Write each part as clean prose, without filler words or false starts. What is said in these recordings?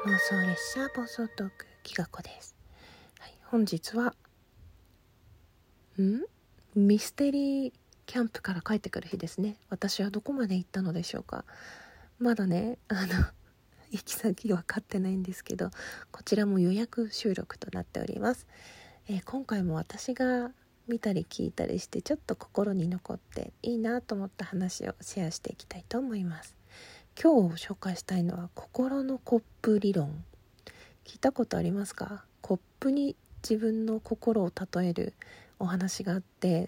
妄想列車暴走トークきがこです。本日はミステリーキャンプから帰ってくる日ですね。私はどこまで行ったのでしょうか。まだね行き先分かってないんですけど、こちらも予約収録となっております。今回も私が見たり聞いたりしてちょっと心に残っていいなと思った話をシェアしていきたいと思います。今日紹介したいのは心のコップ理論。聞いたことありますか？コップに自分の心を例えるお話があって、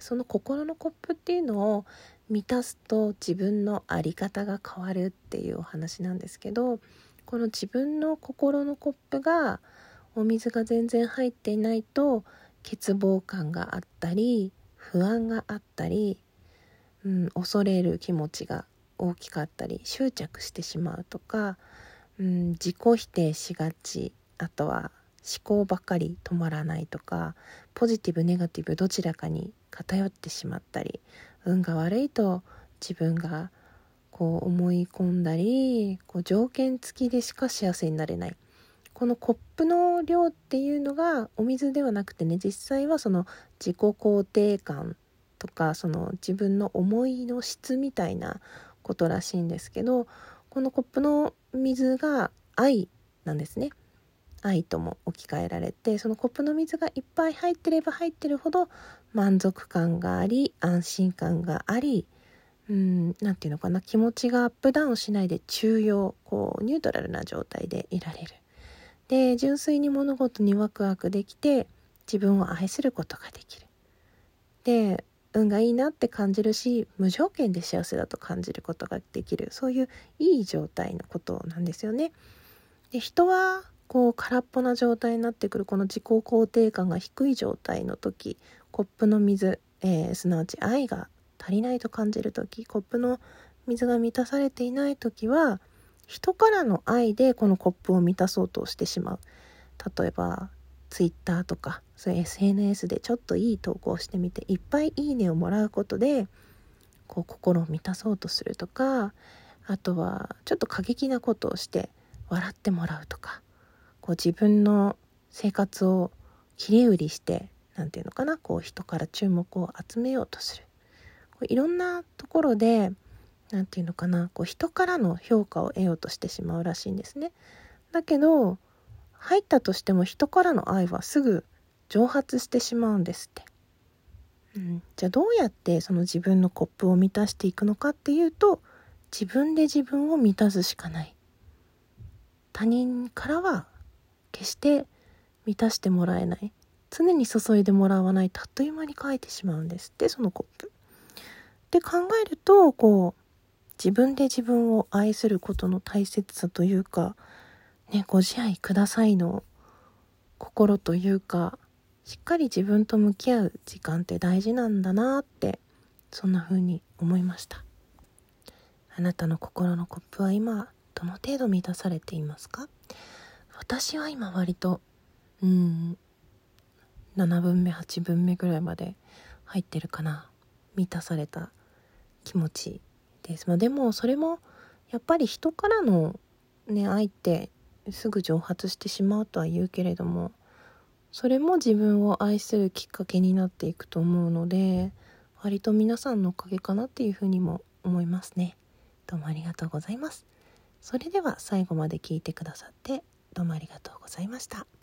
その心のコップっていうのを満たすと自分の在り方が変わるっていうお話なんですけど、この自分の心のコップがお水が全然入っていないと欠乏感があったり不安があったり、恐れる気持ちが大きかったり執着してしまうとか、自己否定しがち、あとは思考ばかり止まらないとか、ポジティブネガティブどちらかに偏ってしまったり、運が悪いと自分が思い込んだり、条件付きでしか幸せになれない。このコップの量っていうのがお水ではなくてね、実際はその自己肯定感とか、その自分の思いの質みたいなことらしいんですけど、このコップの水が愛なんですね。愛とも置き換えられて、そのコップの水がいっぱい入ってれば入ってるほど満足感があり、安心感があり、なんていうのかな、気持ちがアップダウンしないで中庸、ニュートラルな状態でいられる。で、純粋に物事にワクワクできて自分を愛することができる。で、運がいいなって感じるし、無条件で幸せだと感じることができる、そういういい状態のことなんですよね。で、人は空っぽな状態になってくる、この自己肯定感が低い状態の時、コップの水、すなわち愛が足りないと感じる時、コップの水が満たされていない時は、人からの愛でこのコップを満たそうとしてしまう。例えばツイッターとか、そういう SNS でちょっといい投稿してみていっぱいいいねをもらうことで心を満たそうとするとか、あとはちょっと過激なことをして笑ってもらうとか、自分の生活を切り売りして、なんていうのかな、人から注目を集めようとする。いろんなところで、なんていうのかな、人からの評価を得ようとしてしまうらしいんですね。だけど入ったとしても人からの愛はすぐ蒸発してしまうんですって。じゃあどうやってその自分のコップを満たしていくのかっていうと、自分で自分を満たすしかない。他人からは決して満たしてもらえない。常に注いでもらわないとあっという間に乾いてしまうんですって、そのコップ。で考えると、自分で自分を愛することの大切さというか、ご自愛くださいの心というか、しっかり自分と向き合う時間って大事なんだなって、そんな風に思いました。あなたの心のコップは今どの程度満たされていますか？私は今割と7分目8分目ぐらいまで入ってるかな。満たされた気持ちです。でもそれもやっぱり人からの愛ってすぐ蒸発してしまうとは言うけれども、それも自分を愛するきっかけになっていくと思うので、割と皆さんのおかげかなっていうふうにも思いますね。どうもありがとうございます。それでは最後まで聞いてくださってどうもありがとうございました。